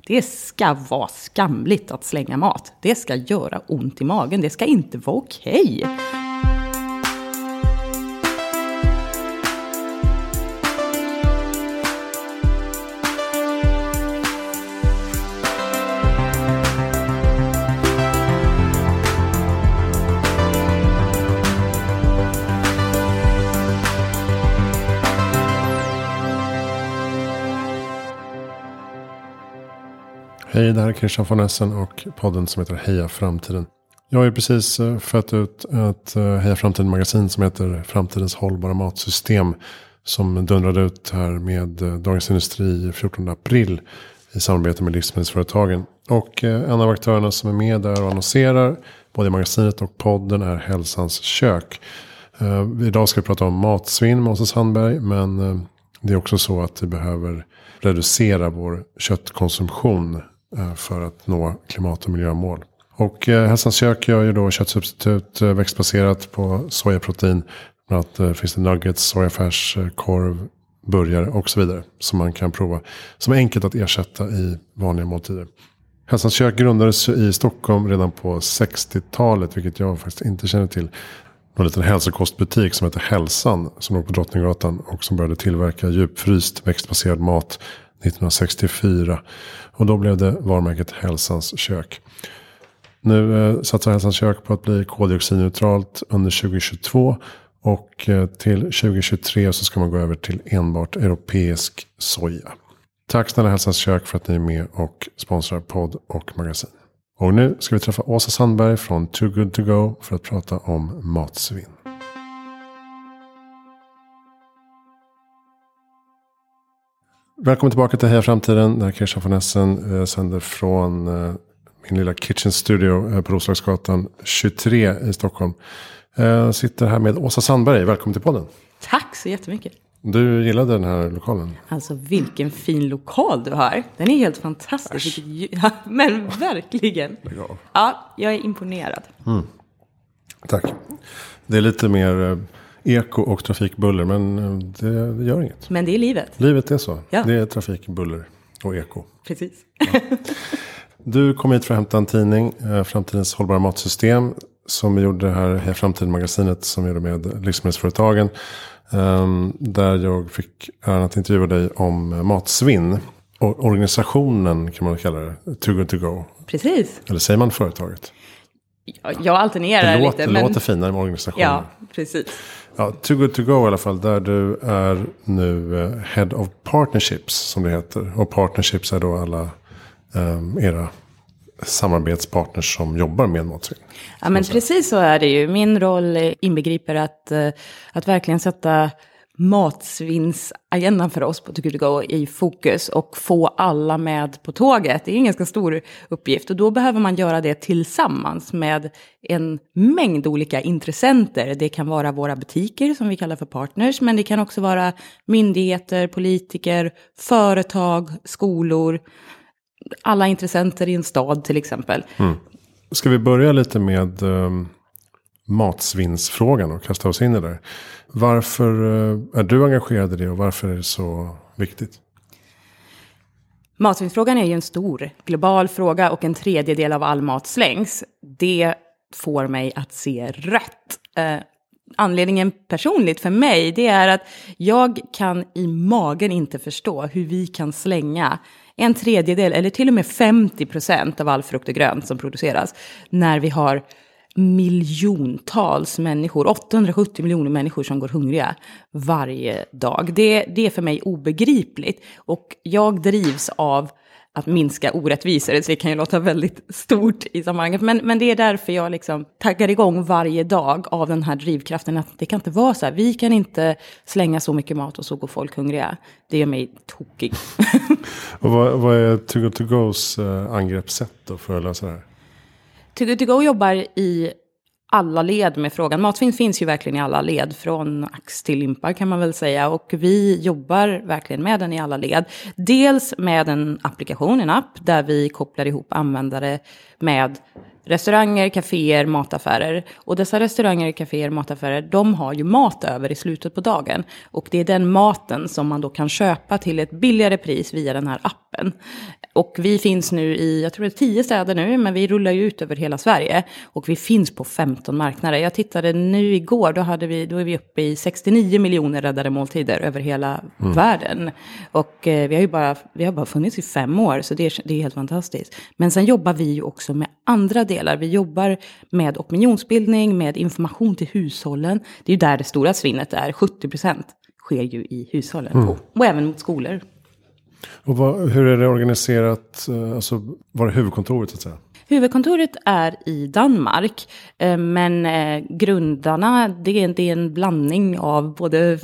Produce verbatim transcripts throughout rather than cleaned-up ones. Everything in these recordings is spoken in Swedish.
Det ska vara skamligt att slänga mat. Det ska göra ont i magen. Det ska inte vara okej. Hej, det här är Christian von Essen och podden som heter Heja Framtiden. Jag har ju precis fött ut ett Heja Framtiden-magasin som heter Framtidens hållbara matsystem. Som dundrade ut här med Dagens Industri fjortonde april i samarbete med livsmedelsföretagen. Och en av aktörerna som är med där och annonserar både i magasinet och podden är Hälsans kök. Idag ska vi prata om matsvinn med Åsa Sandberg, men det är också så att vi behöver reducera vår köttkonsumtion för att nå klimat- och miljömål. Och eh, Hälsans kök gör ju då köttsubstitut eh, växtbaserat på sojaprotein. Bland annat eh, finns det nuggets, sojafärs, eh, korv, burgare och så vidare. Som man kan prova. Som är enkelt att ersätta i vanliga måltider. Hälsans kök grundades i Stockholm redan på sextiotalet. Vilket jag faktiskt inte känner till. En liten hälsokostbutik som heter Hälsan. Som låg på Drottninggatan och som började tillverka djupfryst växtbaserad mat nittonhundrasextiofyra. Och då blev det varumärket Hälsans kök. Nu eh, satsar Hälsans kök på att bli koldioxidneutralt under tjugohundratjugotvå. Och eh, till tjugohundratjugotre så ska man gå över till enbart europeisk soja. Tack snälla Hälsans kök för att ni är med och sponsrar podd och magasin. Och nu ska vi träffa Åsa Sandberg från Too Good To Go för att prata om matsvinn. Välkommen tillbaka till Heja Framtiden. Där Christian von Essen eh, sänder från eh, min lilla kitchen studio eh, på Roslagsgatan tjugotre i Stockholm. Jag sitter här med Åsa Sandberg. Välkommen till podden. Tack så jättemycket. Du gillade den här lokalen? Alltså vilken fin lokal du har. Den är helt fantastisk. Ja, men verkligen. Ja, jag är imponerad. Mm. Tack. Det är lite mer eh, eko och trafikbuller, men det, det gör inget. Men det är livet. Livet är så. Ja. Det är trafikbuller och eko. Precis. Ja. Du kom hit för att hämta en tidning, eh, Framtidens hållbara matsystem. Som vi gjorde här, här Framtiden-magasinet som vi gjorde med livsmedelsföretagen. Um, där jag fick äran att intervjua dig om matsvinn. Och organisationen kan man kalla det, Too Good To Go. Precis. Eller säger man företaget? Jag, jag alternerar det lite. Låter, det men... låter finare med organisationen. Ja, precis. Ja, Too Good To Go i alla fall, där du är nu uh, Head of Partnerships som det heter. Och partnerships är då alla um, era samarbetspartners som jobbar med matsvinn. Ja, men precis så är det ju. Min roll inbegriper att, att verkligen sätta matsvinnsagendan för oss på Too Good To Go i fokus och få alla med på tåget. Det är en ganska stor uppgift och då behöver man göra det tillsammans med en mängd olika intressenter. Det kan vara våra butiker som vi kallar för partners, men det kan också vara myndigheter, politiker, företag, skolor, alla intressenter i en stad till exempel. Mm. Ska vi börja lite med um, matsvinnsfrågan och kasta oss in i det. Varför uh, är du engagerad i det och varför är det så viktigt? Matsvinnsfrågan är ju en stor global fråga och en tredjedel av all mat slängs. Det får mig att se rött. Uh, Anledningen personligt för mig det är att jag kan i magen inte förstå hur vi kan slänga en tredjedel eller till och med femtio procent av all frukt och grönt som produceras när vi har miljontals människor, åttahundrasjuttio miljoner människor som går hungriga varje dag. Det, det är för mig obegripligt och jag drivs av att minska orättvisor, så det kan ju låta väldigt stort i sammanhanget. Men, men det är därför jag liksom taggar igång varje dag av den här drivkraften att det kan inte vara så här. Vi kan inte slänga så mycket mat och så går folk hungriga. Det gör mig tokig. Och vad, vad är Too Good To Go's uh, angreppssätt då för att lösa det här? Too Good To Go jobbar i alla led med frågan. Matsvinn finns ju verkligen i alla led, från ax till limpa kan man väl säga. Och vi jobbar verkligen med den i alla led. Dels med en applikation, en app, där vi kopplar ihop användare med restauranger, kaféer, mataffärer. Och dessa restauranger, kaféer, mataffärer, de har ju mat över i slutet på dagen. Och det är den maten som man då kan köpa till ett billigare pris via den här appen. Och vi finns nu i, jag tror det är tio städer nu, men vi rullar ju ut över hela Sverige. Och vi finns på femton marknader. Jag tittade nu igår, då, hade vi, då är vi uppe i sextionio miljoner räddade måltider över hela mm. världen. Och eh, vi har ju bara, vi har bara funnits i fem år, så det är, det är helt fantastiskt. Men sen jobbar vi ju också med andra delar. Vi jobbar med opinionsbildning, med information till hushållen. Det är ju där det stora svinnet är. sjuttio procent sker ju i hushållen mm. och, och även mot skolor. Och vad, hur är det organiserat, alltså var är huvudkontoret så att säga? Huvudkontoret är i Danmark, men grundarna, det är, det är en blandning av både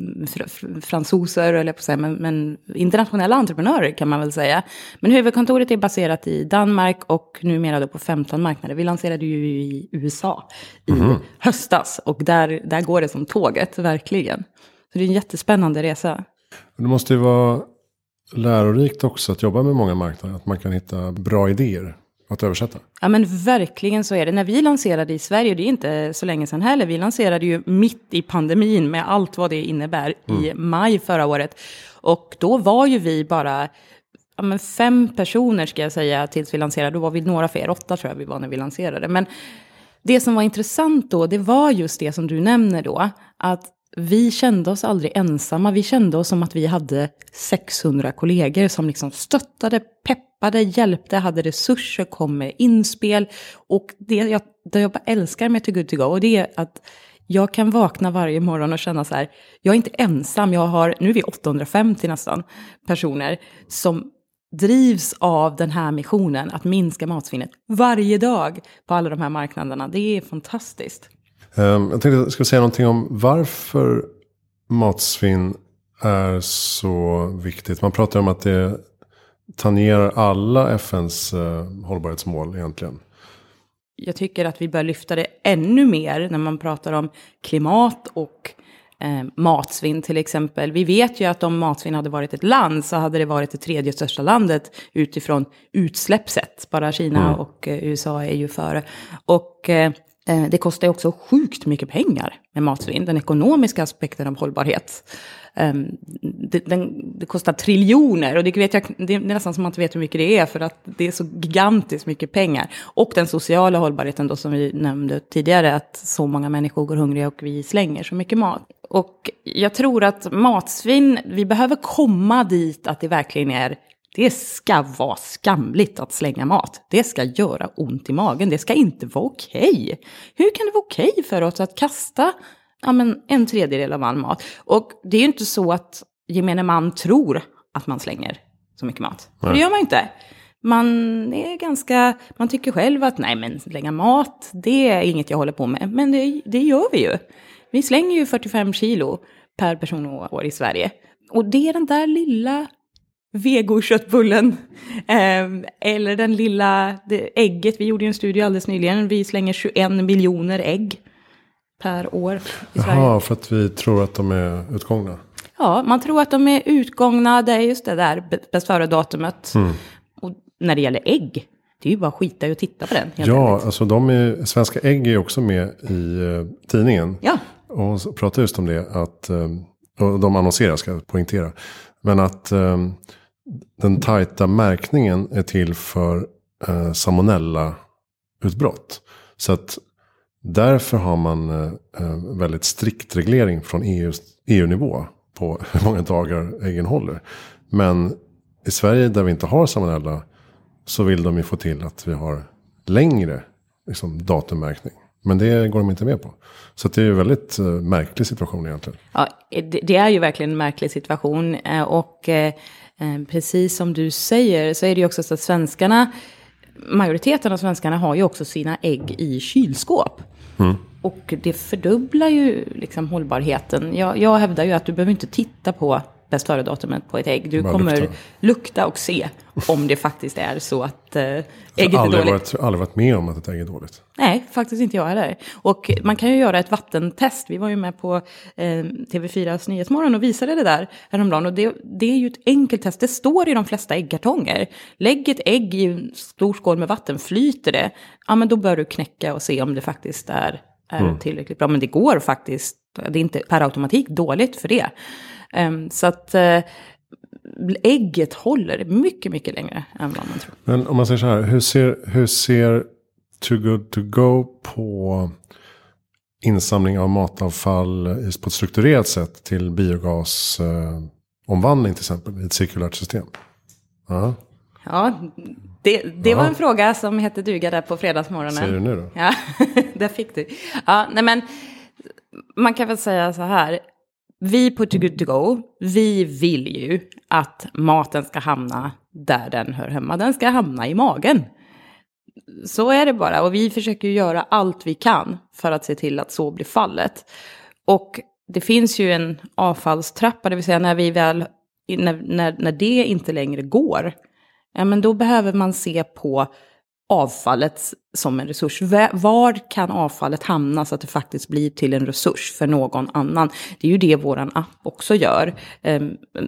fransoser, eller på att säga, men, men internationella entreprenörer kan man väl säga. Men huvudkontoret är baserat i Danmark och numera då på femton marknader. Vi lanserade ju i U S A i mm. höstas och där, där går det som tåget, verkligen. Så det är en jättespännande resa. Det måste ju vara lärorikt också att jobba med många marknader, att man kan hitta bra idéer att översätta. Ja, men verkligen så är det. När vi lanserade i Sverige, det är inte så länge sedan heller, vi lanserade ju mitt i pandemin med allt vad det innebär mm. i maj förra året. Och då var ju vi bara ja, men fem personer ska jag säga tills vi lanserade. Då var vi några fler, åtta tror jag vi var när vi lanserade. Men det som var intressant då, det var just det som du nämner då, att vi kände oss aldrig ensamma. Vi kände oss som att vi hade sexhundra kollegor som liksom stöttade, peppade, hjälpte, hade resurser, kom med inspel. Och det jag, det jag bara älskar med Too Good To Go, och det är att jag kan vakna varje morgon och känna så här, jag är inte ensam. Jag har, nu är vi åttahundrafemtio nästan personer som drivs av den här missionen att minska matsvinnet varje dag på alla de här marknaderna. Det är fantastiskt. Jag tänkte jag ska säga någonting om varför matsvinn är så viktigt. Man pratar om att det tangerar alla F N:s eh, hållbarhetsmål egentligen. Jag tycker att vi bör lyfta det ännu mer när man pratar om klimat och eh, matsvinn till exempel. Vi vet ju att om matsvinn hade varit ett land så hade det varit det tredje största landet utifrån utsläppssätt. Bara Kina mm. och eh, U S A är ju före. Och eh, det kostar också sjukt mycket pengar med matsvinn. Den ekonomiska aspekten av hållbarhet. Det, den, det kostar triljoner. Och det, vet jag, det är nästan som man inte vet hur mycket det är. För att det är så gigantiskt mycket pengar. Och den sociala hållbarheten då som vi nämnde tidigare. Att så många människor går hungriga och vi slänger så mycket mat. Och jag tror att matsvinn, vi behöver komma dit att det verkligen är... Det ska vara skamligt att slänga mat. Det ska göra ont i magen. Det ska inte vara okej. Hur kan det vara okej för oss att kasta ja, men en tredjedel av all mat? Och det är ju inte så att gemene man tror att man slänger så mycket mat. För det gör man inte. Man är ganska, man tycker själv att nej men slänga mat, det är inget jag håller på med. Men det, det gör vi ju. Vi slänger ju fyrtiofem kilo per person och år i Sverige. Och det är den där lilla... vegoköttbullen eh, eller den lilla det, ägget. Vi gjorde ju en studie alldeles nyligen. Vi slänger tjugoen miljoner ägg per år i Sverige. Jaha, för att vi tror att de är utgångna. Ja, man tror att de är utgångna. Det är just det där bäst före datumet. Mm. Och när det gäller ägg, det är ju bara skita och titta på den. Ja, enkelt. Alltså de är, Svenska ägg är också med i uh, tidningen. Ja. Och så pratar just om det att, um, och de annonserar ska jag poängtera. Men att um, den tajta märkningen är till för eh, salmonella-utbrott. Så att därför har man eh, väldigt strikt reglering från E U-nivå på hur många dagar äggen håller. Men i Sverige där vi inte har salmonella så vill de ju få till att vi har längre liksom, datummärkning. Men det går de inte med på. Så det är ju en väldigt eh, märklig situation egentligen. Ja, det, det är ju verkligen en märklig situation. Eh, och... Eh, Precis som du säger så är det ju också så att svenskarna, majoriteten av svenskarna har ju också sina ägg i kylskåp. Mm. Och det fördubblar ju liksom hållbarheten. Jag, jag hävdar ju att du behöver inte titta på bäst före-datumet på ett ägg. Du Bara kommer lukta. lukta och se om det faktiskt är så att eh, ägget är aldrig dåligt. varit, aldrig varit med om att ett ägg är dåligt. Nej, faktiskt inte jag heller. Och man kan ju göra ett vattentest. Vi var ju med på eh, T V fyras Nyhetsmorgon och visade det där häromdagen. Och det, det är ju ett enkelt test. Det står i de flesta äggkartonger. Lägg ett ägg i en stor skål med vatten, flyter det. Ja, men då bör du knäcka och se om det faktiskt är, är mm. tillräckligt bra. Men det går faktiskt. Det är inte per automatik dåligt för det. Um, så att uh, ägget håller mycket, mycket längre än vad man tror. Men om man säger så här, hur ser, hur ser Too Good To Go på insamling av matavfall på ett strukturerat sätt till biogasomvandling uh, omvandling till exempel i ett cirkulärt system? Ja, ja det, det ja. var en fråga som hette duga där på fredagsmorgonen. Säger du nu då? Ja, där fick du. Ja, nej men man kan väl säga så här. Vi på Too Good To Go, vi vill ju att maten ska hamna där den hör hemma. Den ska hamna i magen. Så är det bara. Och vi försöker ju göra allt vi kan för att se till att så blir fallet. Och det finns ju en avfallstrappa, det vill säga när vi väl, när, när, när det inte längre går, ja, men då behöver man se på avfallet som en resurs. Var kan avfallet hamna så att det faktiskt blir till en resurs för någon annan? Det är ju det våran app också gör. Eh,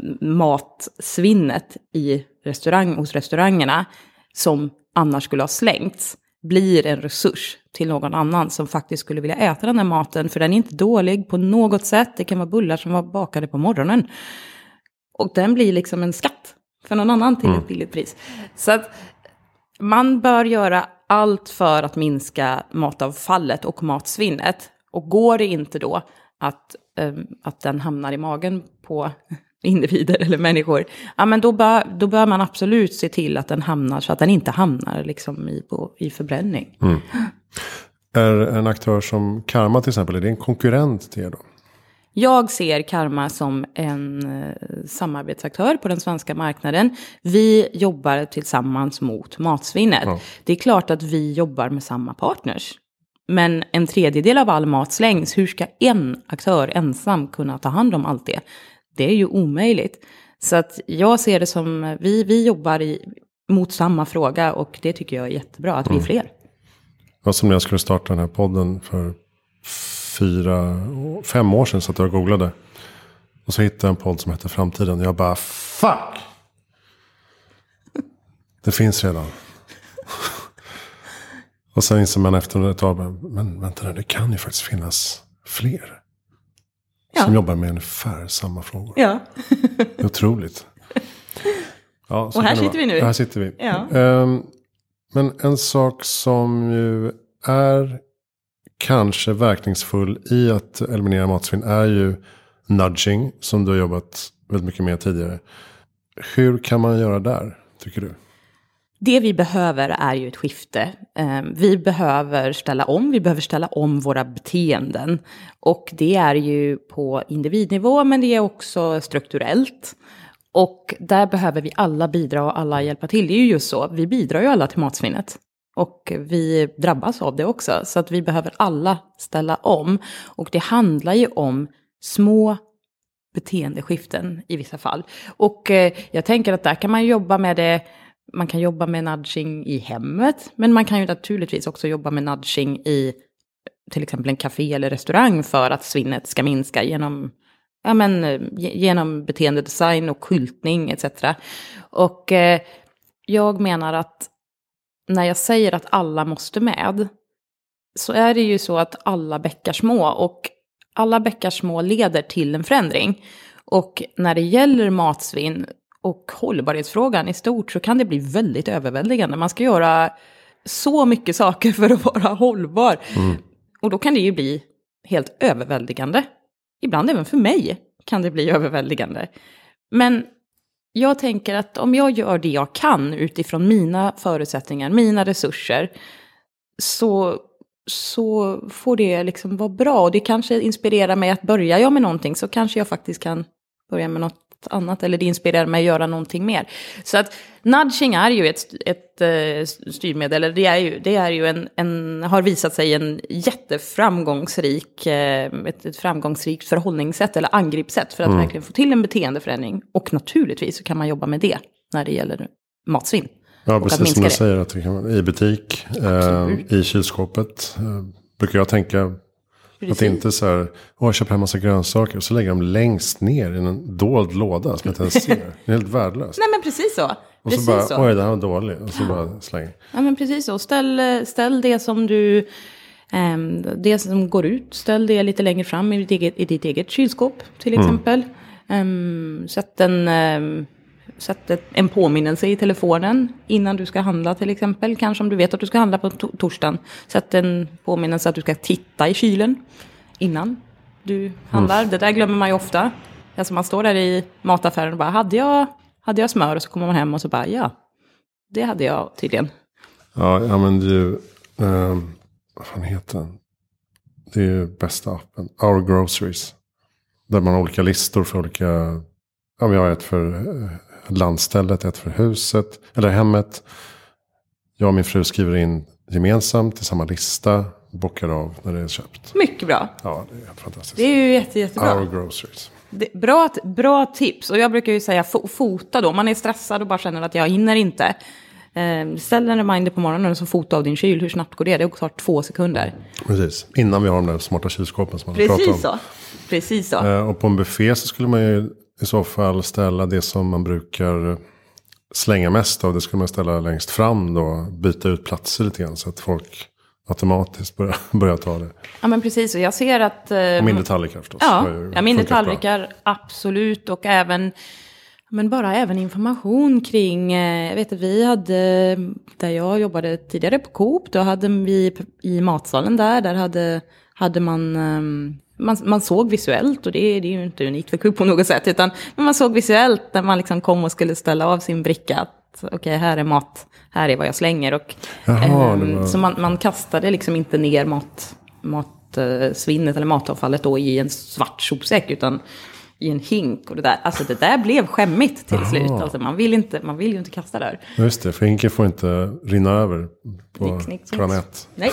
matsvinnet i restaurang, hos restaurangerna som annars skulle ha slängts blir en resurs till någon annan som faktiskt skulle vilja äta den här maten. För den är inte dålig på något sätt. Det kan vara bullar som var bakade på morgonen. Och den blir liksom en skatt för någon annan till ett billigt pris. Så att man bör göra allt för att minska matavfallet och matsvinnet. Och går det inte då att, um, att den hamnar i magen på individer eller människor, ja, men då bör, då bör man absolut se till att den hamnar så att den inte hamnar liksom i, på, i förbränning. Mm. Är en aktör som Karma till exempel, är det en konkurrent till er då? Jag ser Karma som en eh, samarbetsaktör på den svenska marknaden. Vi jobbar tillsammans mot matsvinnet. Ja. Det är klart att vi jobbar med samma partners. Men en tredjedel av all mat slängs. Hur ska en aktör ensam kunna ta hand om allt det? Det är ju omöjligt. Så att jag ser det som, vi, vi jobbar i, mot samma fråga och det tycker jag är jättebra att mm. vi är fler. Vad som när jag skulle starta den här podden för fyra, fem år sedan så att jag googlade. Och så hittade jag en podd som heter Framtiden. Jag bara, fuck! Det finns redan. Och sen inser man efter ett tag, men vänta, det kan ju faktiskt finnas fler. Ja. Som jobbar med ungefär samma frågor. Ja. Otroligt. Ja, och här sitter vi nu. Här sitter vi. Ja. Um, men en sak som ju är kanske verkningsfull i att eliminera matsvinn är ju nudging, som du har jobbat väldigt mycket med tidigare. Hur kan man göra där, tycker du? Det vi behöver är ju ett skifte. Vi behöver ställa om, vi behöver ställa om våra beteenden. Och det är ju på individnivå, men det är också strukturellt. Och där behöver vi alla bidra och alla hjälpa till. Det är ju just så, vi bidrar ju alla till matsvinnet. Och vi drabbas av det också. Så att vi behöver alla ställa om. Och det handlar ju om små beteendeskiften i vissa fall. Och eh, jag tänker att där kan man jobba med det. Man kan jobba med nudging i hemmet. Men man kan ju naturligtvis också jobba med nudging i till exempel en café eller restaurang. För att svinnet ska minska genom, ja men, genom beteendedesign och skyltning et cetera. Och eh, jag menar att när jag säger att alla måste med, så är det ju så att alla bäckar små, och alla bäckar små leder till en förändring. Och när det gäller matsvinn och hållbarhetsfrågan i stort, så kan det bli väldigt överväldigande. Man ska göra så mycket saker för att vara hållbar. Mm. Och då kan det ju bli helt överväldigande. Ibland även för mig kan det bli överväldigande. Men jag tänker att om jag gör det jag kan utifrån mina förutsättningar, mina resurser, så, så får det liksom vara bra. Och det kanske inspirerar mig att börja jag med någonting, så kanske jag faktiskt kan börja med något något annat. Eller det inspirerar mig att göra någonting mer. Så att nudging är ju ett, ett, ett styrmedel. Eller det är ju, det är ju en, en, har visat sig en jätteframgångsrik, ett, ett framgångsrikt förhållningssätt eller angreppssätt. För att mm. verkligen få till en beteendeförändring. Och naturligtvis så kan man jobba med det när det gäller matsvinn. Ja, precis som du säger, att det kan vara i butik, eh, i kylskåpet. Eh, brukar jag tänka precis. Att inte så här, åh, jag köper en massa grönsaker och så lägger de längst ner i en dold låda som jag inte ens ser. Det är helt värdelöst. Nej, men precis så. Och precis så bara, så. oj, det här var dåligt. Och så bara slänger. Ja, men precis så. Ställ, ställ det som du, um, det som går ut, ställ det lite längre fram i ditt eget, i ditt eget kylskåp till exempel. Mm. Um, sätt en... Um, Sätt en påminnelse i telefonen innan du ska handla till exempel. Kanske om du vet att du ska handla på to- torsdagen. Sätt en påminnelse att du ska titta i kylen innan du handlar. Mm. Det där glömmer man ju ofta. Alltså man står där i mataffären och bara, hade jag, hade jag smör? Och så kommer man hem och så bara, ja, det hade jag tydligen. Ja, jag använder ju, eh, vad fan heter den? Det är ju bästa appen. Our Groceries. Där man har olika listor för olika, ja, vi har ett för... Eh, landstället, ett för huset eller hemmet. Jag och min fru skriver in gemensamt till samma lista, bockar av när det är köpt. Mycket bra. Ja, det är fantastiskt. Det är ju jätte, jättebra. Our Groceries. Det, bra, bra tips. Och jag brukar ju säga fo- fota då. Man är stressad och bara känner att jag hinner inte. Eh, ställ en reminder på morgonen och så fota av din kyl. Hur snabbt går det? Det tar två sekunder. Precis. Innan vi har de där smarta kylskåpen som man pratar om. Precis så. Precis så. Eh, och på en buffé så skulle man ju i så fall ställa det som man brukar slänga mest av. Det skulle man ställa längst fram då. Byta ut platser lite grann så att folk automatiskt börjar, börjar ta det. Ja, men precis. Och jag ser att... Eh, och mindre tallrikar förstås. Ja, ja mindre tallrikar bra. Absolut. Och även... Men bara även information kring... Eh, jag vet att vi hade... Där jag jobbade tidigare på Coop. Då hade vi i matsalen där. Där hade, hade man... Eh, Man, man såg visuellt, och det är, det är ju inte unikt för Coop på något sätt, utan man såg visuellt när man liksom kom och skulle ställa av sin bricka att okej, okay, här är mat, här är vad jag slänger. Och, Jaha, eh, var... Så man, man kastade liksom inte ner mat, matsvinnet eller matavfallet då i en svart sopsäck, utan i en hink och det där. Alltså det där blev skämmigt till Jaha. slut. Alltså man vill inte, man vill ju inte kasta där. Just det, för hinken får inte rinna över på plan ett. Nej.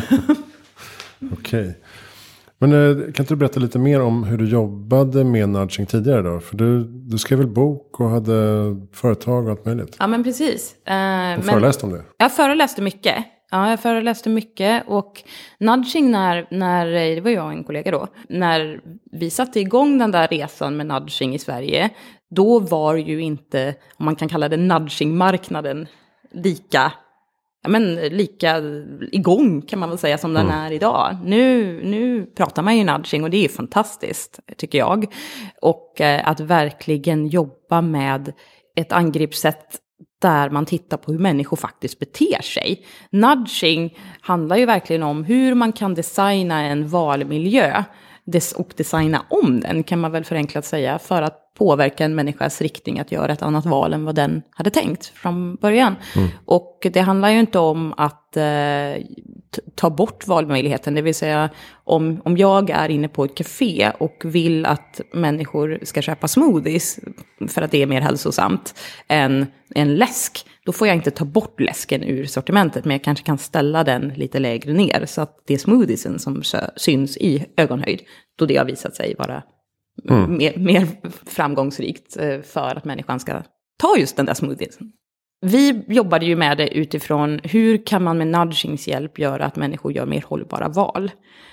Okej. Okay. Men kan inte du berätta lite mer om hur du jobbade med nudging tidigare då? För du, du skrev väl bok och hade företag och allt möjligt? Ja, men precis. Uh, och föreläste om det? Jag föreläste mycket. Ja, jag föreläste mycket. Och nudging när, när, det var jag och en kollega då, när vi satte igång den där resan med nudging i Sverige, då var ju inte, om man kan kalla det nudging-marknaden, lika... Ja, men lika igång kan man väl säga som den mm. är idag. Nu, nu pratar man ju nudging och det är fantastiskt tycker jag. Och eh, att verkligen jobba med ett angreppssätt där man tittar på hur människor faktiskt beter sig. Nudging handlar ju verkligen om hur man kan designa en valmiljö och designa om den, kan man väl förenklat säga, för att påverka en människas riktning att göra ett annat val än vad den hade tänkt från början. Mm. Och det handlar ju inte om att eh, ta bort valmöjligheten. Det vill säga om, om jag är inne på ett café och vill att människor ska köpa smoothies för att det är mer hälsosamt än en läsk, då får jag inte ta bort läsken ur sortimentet, men jag kanske kan ställa den lite lägre ner så att det är smoothiesen som syns i ögonhöjd, då det har visat sig vara mm. mer, mer framgångsrikt för att människan ska ta just den där smoothiesen. Vi jobbade ju med det utifrån hur kan man med nudgings hjälp göra att människor gör mer hållbara val.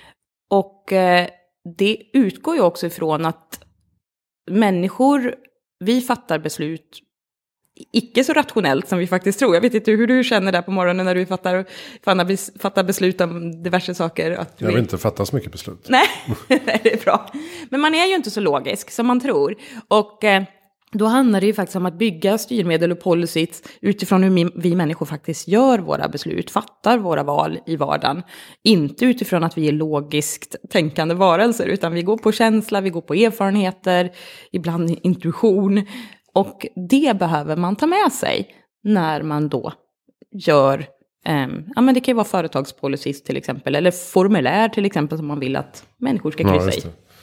Och eh, det utgår ju också ifrån att människor, vi fattar beslut icke så rationellt som vi faktiskt tror. Jag vet inte hur du känner där på morgonen när du fattar, fattar beslut om diverse saker. Att jag vill vi... inte fatta så mycket beslut. Nej, det är bra. Men man är ju inte så logisk som man tror. Och eh, då handlar det ju faktiskt om att bygga styrmedel och policies utifrån hur vi människor faktiskt gör våra beslut, fattar våra val i vardagen. Inte utifrån att vi är logiskt tänkande varelser, utan vi går på känsla, vi går på erfarenheter, ibland intuition. Och det behöver man ta med sig när man då gör, eh, ja men det kan ju vara företagspolicies till exempel, eller formulär till exempel som man vill att människor ska kryssa ja, i.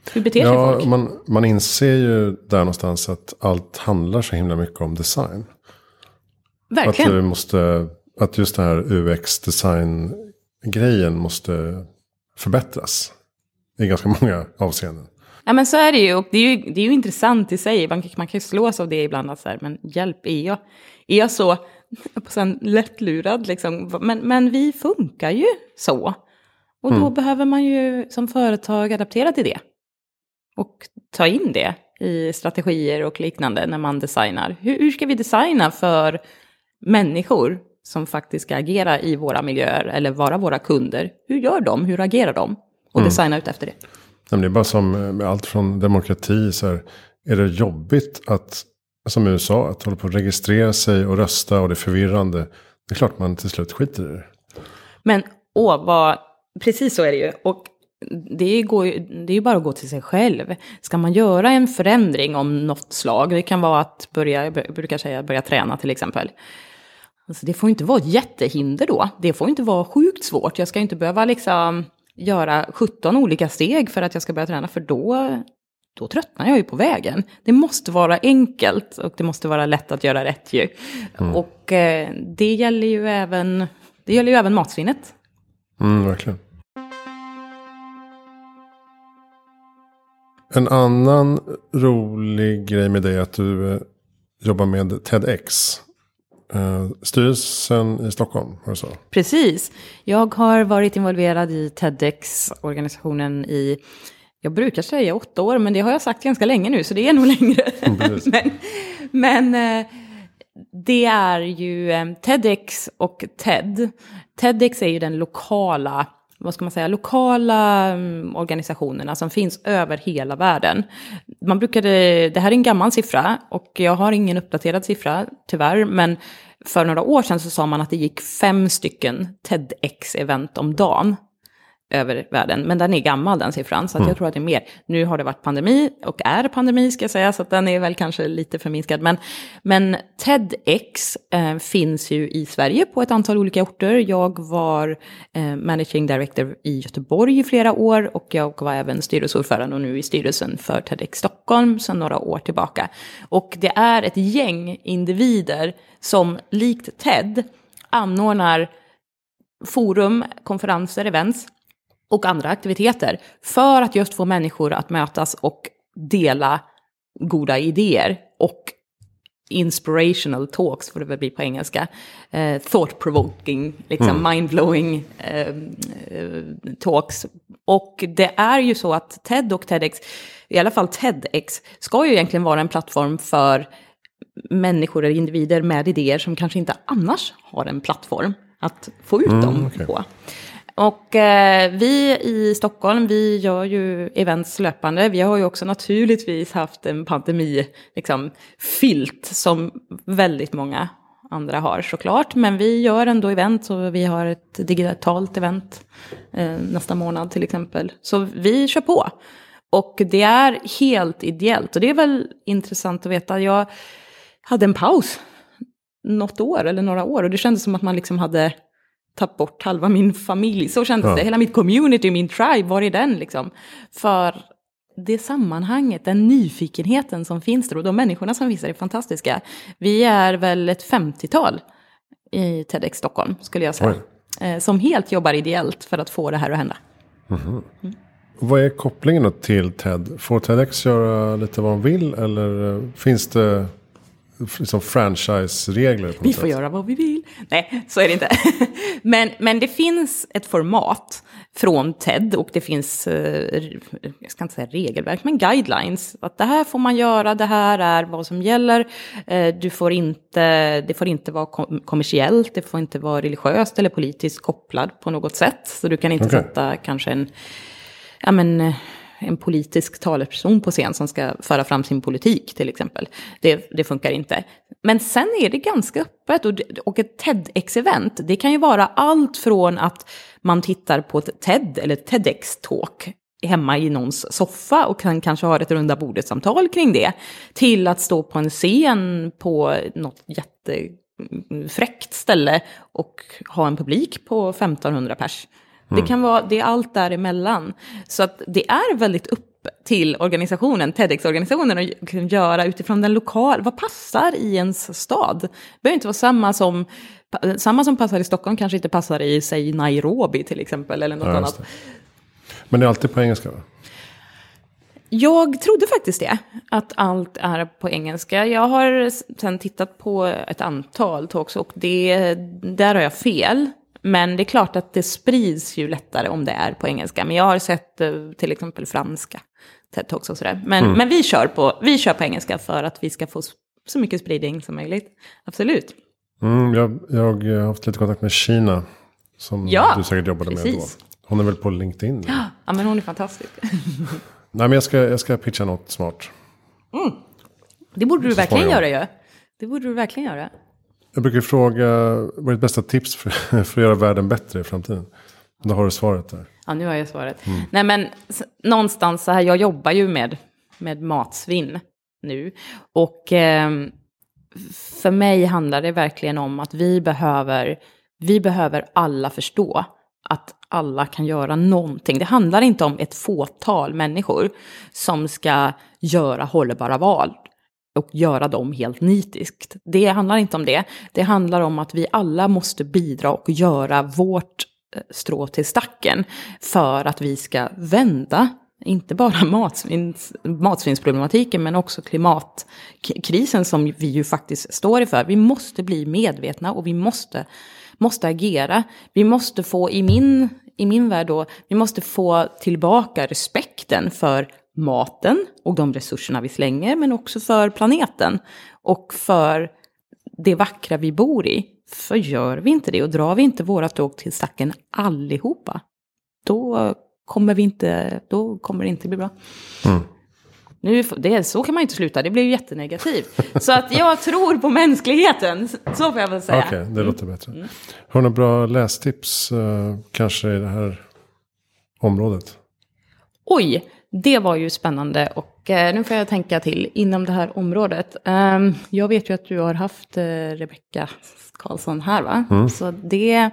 Hur beter sig ja, folk? Man, man inser ju där någonstans att allt handlar så himla mycket om design. Verkligen. Att, det måste, att just den här U X-design-grejen måste förbättras i ganska många avseenden. Ja, men så är det ju. Och det är ju, det är ju intressant i sig. Man, man kan ju slås av det ibland. Att så här, men hjälp, är jag, är jag så, så lättlurad? Liksom? Men, men vi funkar ju så. Och då mm. behöver man ju som företag adaptera till det. Och ta in det i strategier och liknande när man designar. Hur, hur ska vi designa för människor som faktiskt ska agera i våra miljöer eller vara våra kunder? Hur gör de? Hur agerar de? Och mm. designa ut efter det. Det är bara som med allt från demokrati, så här, är det jobbigt att, som U S A, att hålla på att registrera sig och rösta och det är förvirrande. Det är klart man till slut skiter i det. Men åh, vad, precis så är det ju. Och det, går ju, det är ju bara att gå till sig själv. Ska man göra en förändring om något slag, det kan vara att börja, jag brukar säga börja träna till exempel. Alltså det får inte vara ett jättehinder då. Det får inte vara sjukt svårt. Jag ska inte behöva liksom göra sjutton olika steg för att jag ska börja träna, för då, då tröttnar jag ju på vägen. Det måste vara enkelt och det måste vara lätt att göra rätt ju. Mm. Och eh, det gäller ju även, det gäller ju även matsvinnet. Mm, verkligen. En annan rolig grej med dig är att du eh, jobbar med TEDx. Uh, styrelsen i Stockholm, var det så? Precis. Jag har varit involverad i TEDx-organisationen i, jag brukar säga åtta år, men det har jag sagt ganska länge nu, så det är nog längre. Mm, men men uh, det är ju um, TEDx och TED. TEDx är ju den lokala, vad ska man säga, lokala um, organisationerna som finns över hela världen. Man brukade, det här är en gammal siffra och jag har ingen uppdaterad siffra tyvärr, men för några år sedan så sa man att det gick fem stycken TEDx-event om dagen över världen. Men den är gammal, den siffran, så att mm. jag tror att det är mer. Nu har det varit pandemi och är pandemi ska jag säga, så att den är väl kanske lite förminskad. Men, men TEDx eh, finns ju i Sverige på ett antal olika orter. Jag var eh, managing director i Göteborg i flera år och jag var även styrelseordförande och nu i styrelsen för TEDx Stockholm sedan några år tillbaka. Och det är ett gäng individer som likt TED anordnar forum, konferenser, events och andra aktiviteter för att just få människor att mötas och dela goda idéer och inspirational talks, får det väl bli på engelska, eh, thought-provoking, liksom mm. mind-blowing eh, talks. Och det är ju så att TED och TEDx, i alla fall TEDx, ska ju egentligen vara en plattform för människor eller individer med idéer som kanske inte annars har en plattform att få ut mm, dem okay. på. Och eh, vi i Stockholm, vi gör ju events löpande. Vi har ju också naturligtvis haft en pandemi, liksom, filt som väldigt många andra har såklart. Men vi gör ändå event, och vi har ett digitalt event eh, nästa månad till exempel. Så vi kör på. Och det är helt ideellt. Och det är väl intressant att veta. Jag hade en paus något år eller några år. Och det kändes som att man liksom hade tappat bort halva min familj. Så kändes ja. det. Hela mitt community, min tribe, var är den liksom? För det sammanhanget, den nyfikenheten som finns där och de människorna som finns där är fantastiska. Vi är väl ett femtiotal i TEDx Stockholm, skulle jag säga. Oj. Som helt jobbar ideellt för att få det här att hända. Mm-hmm. Mm. Vad är kopplingen då till TED? Får TEDx göra lite vad de vill? Eller finns det liksom franchise-regler? På vi får sätt? göra vad vi vill. Nej, så är det inte. men, men det finns ett format från TED och det finns, jag ska inte säga regelverk, men guidelines. Att det här får man göra, det här är vad som gäller. Du får inte, det får inte vara kommersiellt, det får inte vara religiöst eller politiskt kopplad på något sätt. Så du kan inte okay. sätta kanske en, ja men, en politisk talesperson på scen som ska föra fram sin politik till exempel. Det, det funkar inte. Men sen är det ganska öppet. Och, och ett TEDx-event, det kan ju vara allt från att man tittar på ett TED eller TEDx-talk hemma i någons soffa och kan kanske ha ett runda bordet-samtal kring det, till att stå på en scen på något jättefräckt ställe och ha en publik på femtonhundra pers. Det kan vara, det är allt däremellan. Så att det är väldigt öppet till organisationen, TEDx-organisationen, och kunna göra utifrån den lokala, vad passar i ens stad? Det behöver inte vara samma som, samma som passar i Stockholm kanske inte passar i, säg, Nairobi till exempel, eller något ja, annat. Det. Men det är alltid på engelska, va? Jag trodde faktiskt det, att allt är på engelska. Jag har sen tittat på ett antal talks och det, där har jag fel. Men det är klart att det sprids ju lättare om det är på engelska. Men jag har sett till exempel franska TED-talks och sådär. Men, mm. men vi, kör på, vi kör på engelska för att vi ska få så mycket spridning som möjligt. Absolut. Mm, jag, jag har haft lite kontakt med Kina, som ja, du säkert jobbade precis. med då. Hon är väl på LinkedIn? Ja, ja men hon är fantastisk. Nej, men jag ska, jag ska pitcha något smart. Mm. Det borde du verkligen göra ju. Det borde du verkligen göra. Jag brukar fråga, vad är ditt bästa tips för, för att göra världen bättre i framtiden? Då har du svaret där. Ja, nu har jag svaret. Mm. Nej, men någonstans så här, jag jobbar ju med, med matsvinn nu. Och eh, för mig handlar det verkligen om att vi behöver, vi behöver alla förstå att alla kan göra någonting. Det handlar inte om ett fåtal människor som ska göra hållbara val och göra dem helt nitiskt. Det handlar inte om det. Det handlar om att vi alla måste bidra och göra vårt strå till stacken för att vi ska vända inte bara matsvins, matsvinnsproblematiken men också klimatkrisen som vi ju faktiskt står inför. Vi måste bli medvetna och vi måste, måste agera. Vi måste få i min, i min värld då, vi måste få tillbaka respekten för maten och de resurserna vi slänger, men också för planeten och för det vackra vi bor i. För gör vi inte det och drar vi inte vårat tåg till stacken allihopa, då kommer vi inte, då kommer det inte bli bra. Mm. Nu, det, så kan man inte sluta, det blir ju jättenegativt. Så att jag tror på mänskligheten, så får jag väl säga. Okej, okay, det låter bättre. Mm. Har du några bra lästips eh, kanske i det här området? Oj, det var ju spännande och eh, nu får jag tänka till inom det här området. Um, jag vet ju att du har haft eh, Rebecca Karlsson här, va? Mm. Så det,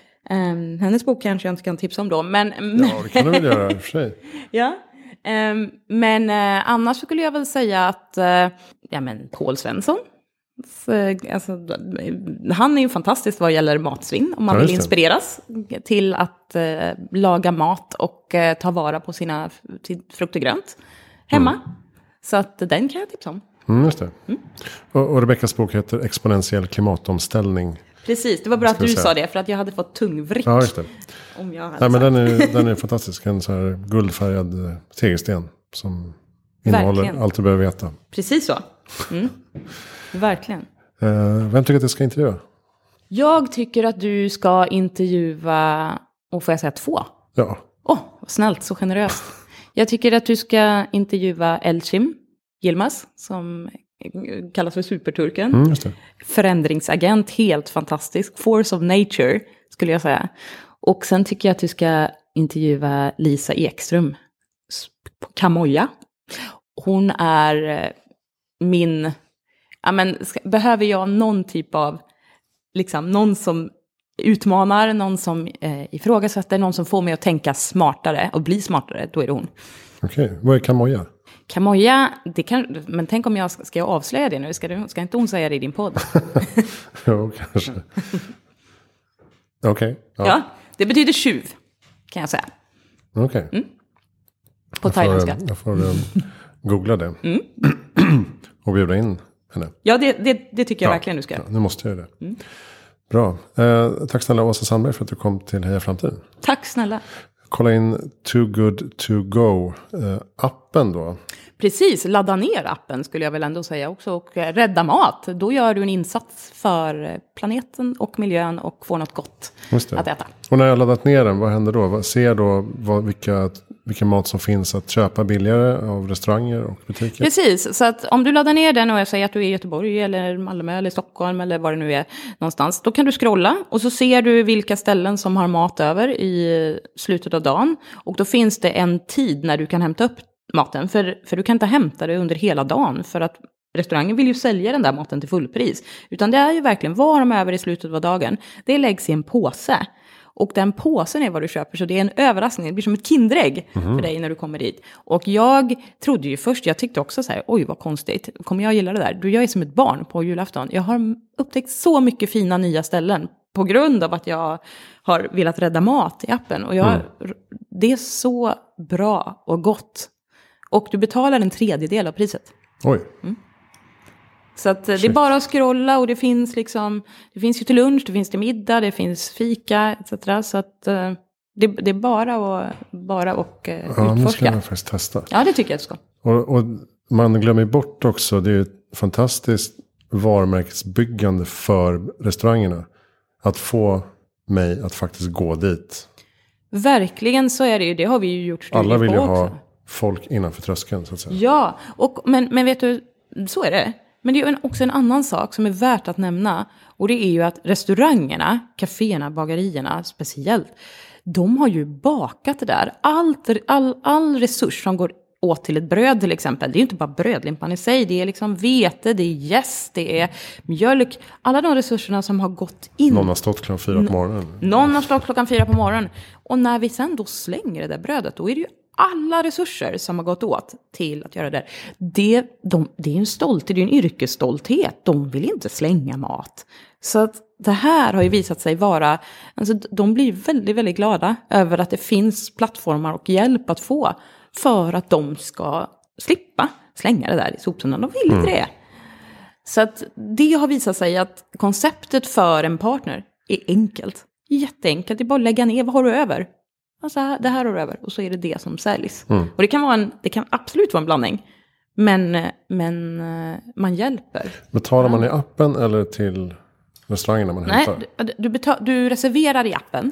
um, hennes bok kanske jag inte kan tipsa om då. Men, ja, det kan du väl göra i och för sig. Ja, um, men uh, annars skulle jag väl säga att uh, ja, men Paul Svensson. Så, alltså, han är ju fantastisk vad gäller matsvinn om man ja, vill inspireras till att eh, laga mat och eh, ta vara på sina frukt och grönt hemma. Mm. Så att den kan jag tipsa om. Mm, just det. Mm. Och, och Rebeckas bok heter Exponentiell klimatomställning. Precis, det var bra att du säga. sa det för att jag hade fått tungvrick. Ja, just det. Om jag hade Nej, men den är, den är fantastisk. En så här guldfärgad tegelsten som innehåller Verkligen. allt du behöver veta. Precis så. Mm. Verkligen. Uh, vem tycker att jag ska intervjua? Jag tycker att du ska intervjua, och får jag säga två? Ja. Åh, oh, snällt, så generöst. Jag tycker att du ska intervjua Elçim Yilmaz, som kallas för superturken. Mm, just det. Förändringsagent, helt fantastisk. Force of nature, skulle jag säga. Och sen tycker jag att du ska intervjua Lisa Ekström på Kamoja. Hon är min... Ja, men, ska, behöver jag någon typ av, liksom, någon som utmanar, någon som eh, ifrågasätter, någon som får mig att tänka smartare och bli smartare, då är det hon. Okej, okay. Vad är Kamoja? Kamoja, det kan, men tänk om jag ska, ska jag avslöja det nu, ska, du, ska inte hon säga det i din podd? Jo, kanske. Okej. Okay. Ja. ja, det betyder tjuv, kan jag säga. Okej. Okay. Mm. På thailändska. Jag får um, googla det. Mm. Och bjuda in henne. Ja, det, det, det tycker jag ja, verkligen du ska göra. Ja, nu måste jag göra det. Mm. Bra. Eh, tack snälla Åsa Sandberg för att du kom till Heja Framtiden. Tack snälla. Kolla in Too Good To Go eh, appen då. Precis, ladda ner appen skulle jag väl ändå säga också. Och rädda mat. Då gör du en insats för planeten och miljön och får något gott att äta. Och när jag har laddat ner den, vad händer då? Ser då vad, vilka, vilken mat som finns att köpa billigare av restauranger och butiker? Precis, så att om du laddar ner den och jag säger att du är i Göteborg eller Malmö eller Stockholm eller vad det nu är någonstans. Då kan du scrolla och så ser du vilka ställen som har mat över i slutet av dagen. Och då finns det en tid när du kan hämta upp maten. För, för du kan inte hämta det under hela dagen. För att restaurangen vill ju sälja den där maten till fullpris. Utan det är ju verkligen vad de över i slutet av dagen. Det läggs i en påse. Och den påsen är vad du köper. Så det är en överraskning. Det blir som ett kinderägg mm. för dig när du kommer dit. Och jag trodde ju först, jag tyckte också så här, oj vad konstigt. Kommer jag gilla det där? Du, jag är som ett barn på julafton. Jag har upptäckt så mycket fina nya ställen. På grund av att jag har velat rädda mat i appen. Och jag, mm. det är så bra och gott. Och du betalar en tredjedel av priset. Oj. Mm. Så att det är bara att scrolla och det finns liksom, det finns ju till lunch, det finns till middag, det finns fika et cetera. Så att det, det är bara att, bara och ja, utforska. Ja, nu ska jag faktiskt testa. Ja, det tycker jag att du ska. Och, och man glömmer bort också, det är ju ett fantastiskt varumärkesbyggande för restaurangerna. Att få mig att faktiskt gå dit. Verkligen så är det ju, det har vi ju gjort studier på. Alla vill ju också. ha folk innanför tröskeln så att säga. Ja, och, men, men vet du, så är det. Men det är också en annan sak som är värt att nämna. Och det är ju att restaurangerna, kaféerna, bagerierna speciellt. De har ju bakat det där. Allt, all, all resurs som går åt till ett bröd till exempel. Det är ju inte bara brödlimpan i sig. Det är liksom vete, det är jäst, det är mjölk. Alla de resurserna som har gått in. Någon har stått klockan fyra på morgonen. Någon har stått klockan fyra på morgonen. Och när vi sen då slänger det där brödet, då är det ju alla resurser som har gått åt till att göra det. Det, de, det är en stolthet, det är en yrkesstolthet. De vill inte slänga mat. Så att det här har ju visat sig vara, alltså de blir väldigt, väldigt glada över att det finns plattformar och hjälp att få för att de ska slippa slänga det där i soptunnan. De vill inte mm. det. Så att det har visat sig att konceptet för en partner är enkelt. Jätteenkelt. Det är bara att lägga ner, vad har du över? Alltså, det här har du över. Och så är det det som säljs. Mm. Och det kan, vara en, det kan absolut vara en blandning. Men, men man hjälper. Betalar man i appen eller till restaurangerna man hämtar? Nej, du, du, betal, du reserverar i appen.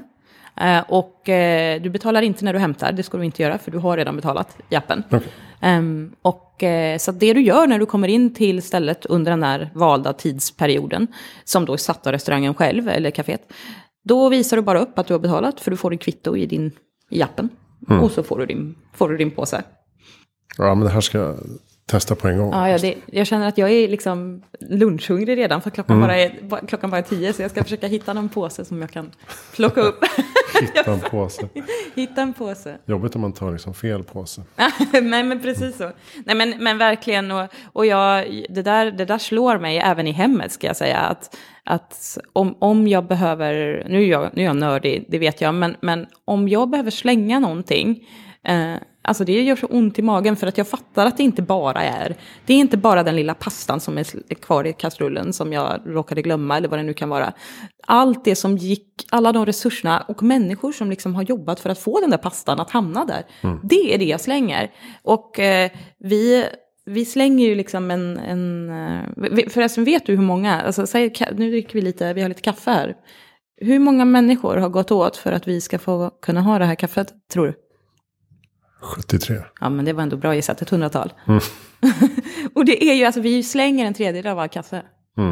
Och eh, du betalar inte när du hämtar. Det ska du inte göra för du har redan betalat i appen. Okay. Um, och eh, så det du gör när du kommer in till stället under den här valda tidsperioden. Som då är satt av restaurangen själv eller kaféet. Då visar du bara upp att du har betalat. För du får din kvitto i, din, i appen. Mm. Och så får du, din, får du din påse. Ja, men det här ska jag testa på en gång. Ja, ja det, jag känner att jag är liksom lunchhungrig redan. För klockan, mm. bara är, klockan bara är tio. Så jag ska försöka hitta någon påse som jag kan plocka upp. Hitta en påse. Hitta en påse. Jobbigt om man tar liksom fel påse. Nej, men precis så. Nej, men, men verkligen. Och, och jag, det, där, det där slår mig även i hemmet, ska jag säga. Att, att om, om jag behöver, nu är jag, nu är jag nördig, det vet jag. Men, men om jag behöver slänga någonting. Eh, alltså det gör så ont i magen för att jag fattar att det inte bara är. Det är inte bara den lilla pastan som är kvar i kastrullen som jag råkade glömma eller vad det nu kan vara. Allt det som gick, alla de resurserna och människor som liksom har jobbat för att få den där pastan att hamna där. Mm. Det är det jag slänger. Och eh, vi, vi slänger ju liksom en, en eh, förresten vet du hur många, alltså säg, nu dricker vi lite, vi har lite kaffe här. Hur många människor har gått åt för att vi ska få kunna ha det här kaffet, tror du? sjuttiotre. Ja, men det var ändå bra gissat, ett hundratal. Mm. Och det är ju, alltså vi slänger en tredjedel av all kaffe. Mm.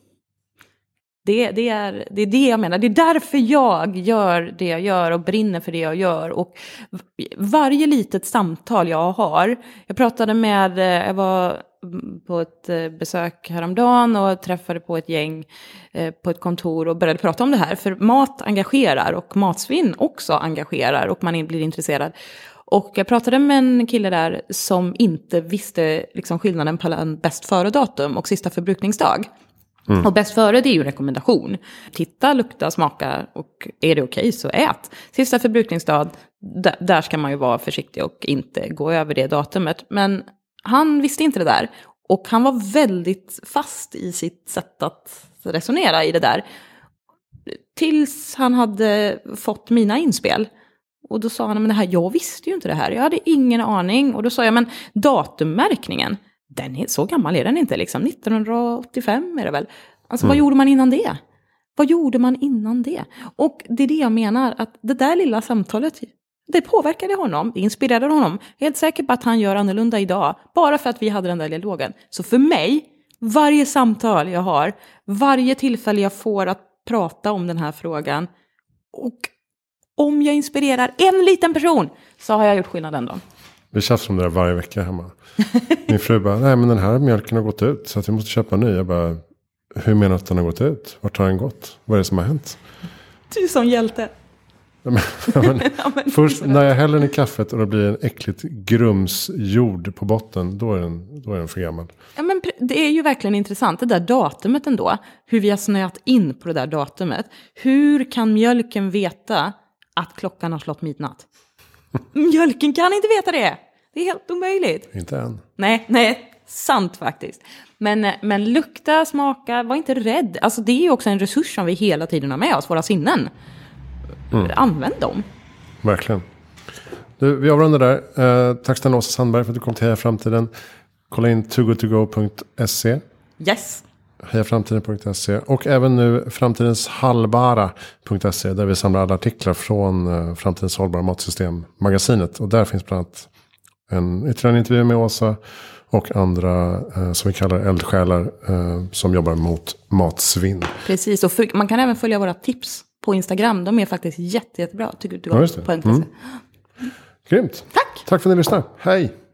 Det, det, är, det är det jag menar. Det är därför jag gör det jag gör och brinner för det jag gör. Och varje litet samtal jag har. Jag pratade med, jag var på ett besök häromdagen och träffade på ett gäng på ett kontor och började prata om det här. För mat engagerar och matsvinn också engagerar och man blir intresserad. Och jag pratade med en kille där som inte visste liksom skillnaden mellan bäst före-datum och sista förbrukningsdag. Mm. Och bäst före, det är ju en rekommendation. Titta, lukta, smaka och är det okej okay, så ät. Sista förbrukningsdag, d- där ska man ju vara försiktig och inte gå över det datumet. Men han visste inte det där. Och han var väldigt fast i sitt sätt att resonera i det där. Tills han hade fått mina inspel. Och då sa han, men det här, jag visste ju inte det här. Jag hade ingen aning. Och då sa jag, men datummärkningen, den är, så gammal är den inte liksom. nittonhundraåttiofem är det väl. Alltså mm. vad gjorde man innan det? Vad gjorde man innan det? Och det är det jag menar, att det där lilla samtalet, det påverkade honom, det inspirerade honom. Helt säker på att han gör annorlunda idag. Bara för att vi hade den där dialogen. Så för mig, varje samtal jag har, varje tillfälle jag får att prata om den här frågan. Och om jag inspirerar en liten person så har jag gjort skillnaden då. Vi tjafsar om det där varje vecka hemma. Min fru bara, nej men den här mjölken har gått ut så att vi måste köpa en ny. Jag bara, hur menar du att den har gått ut? Vart har den gått? Vad är det som har hänt? Du är som hjälte. Ja, men, ja, men, först när jag häller den i kaffet och det blir en äckligt grumsjord på botten, då är den, då är den för gammal. Ja, men det är ju verkligen intressant, det där datumet ändå. Hur vi har snöat in på det där datumet. Hur kan mjölken veta att klockan har slått midnatt? Mjölken kan inte veta det. Det är helt omöjligt. Inte än. Nej, nej, sant faktiskt. Men, men lukta, smaka, var inte rädd. Alltså det är ju också en resurs som vi hela tiden har med oss, våra sinnen. Mm. Använd dem. Verkligen. Du, vi avrundar där. Eh, tack snälla Åsa Sandberg för att du kom till Heja Framtiden. Kolla in too good to go punkt se. Yes. heja framtiden punkt se. Och även nu framtidens halbara punkt se, där vi samlar alla artiklar från uh, Framtidens hållbara matsystem-magasinet. Och där finns bland annat en ytterligare intervju med Åsa och andra uh, som vi kallar eldsjälar uh, som jobbar mot matsvinn. Precis, och för, man kan även följa våra tips på Instagram. De är faktiskt jätte, jättebra, tycker du. Ja, just det. På mm. Grymt. Tack. Tack för att ni lyssnar. Hej.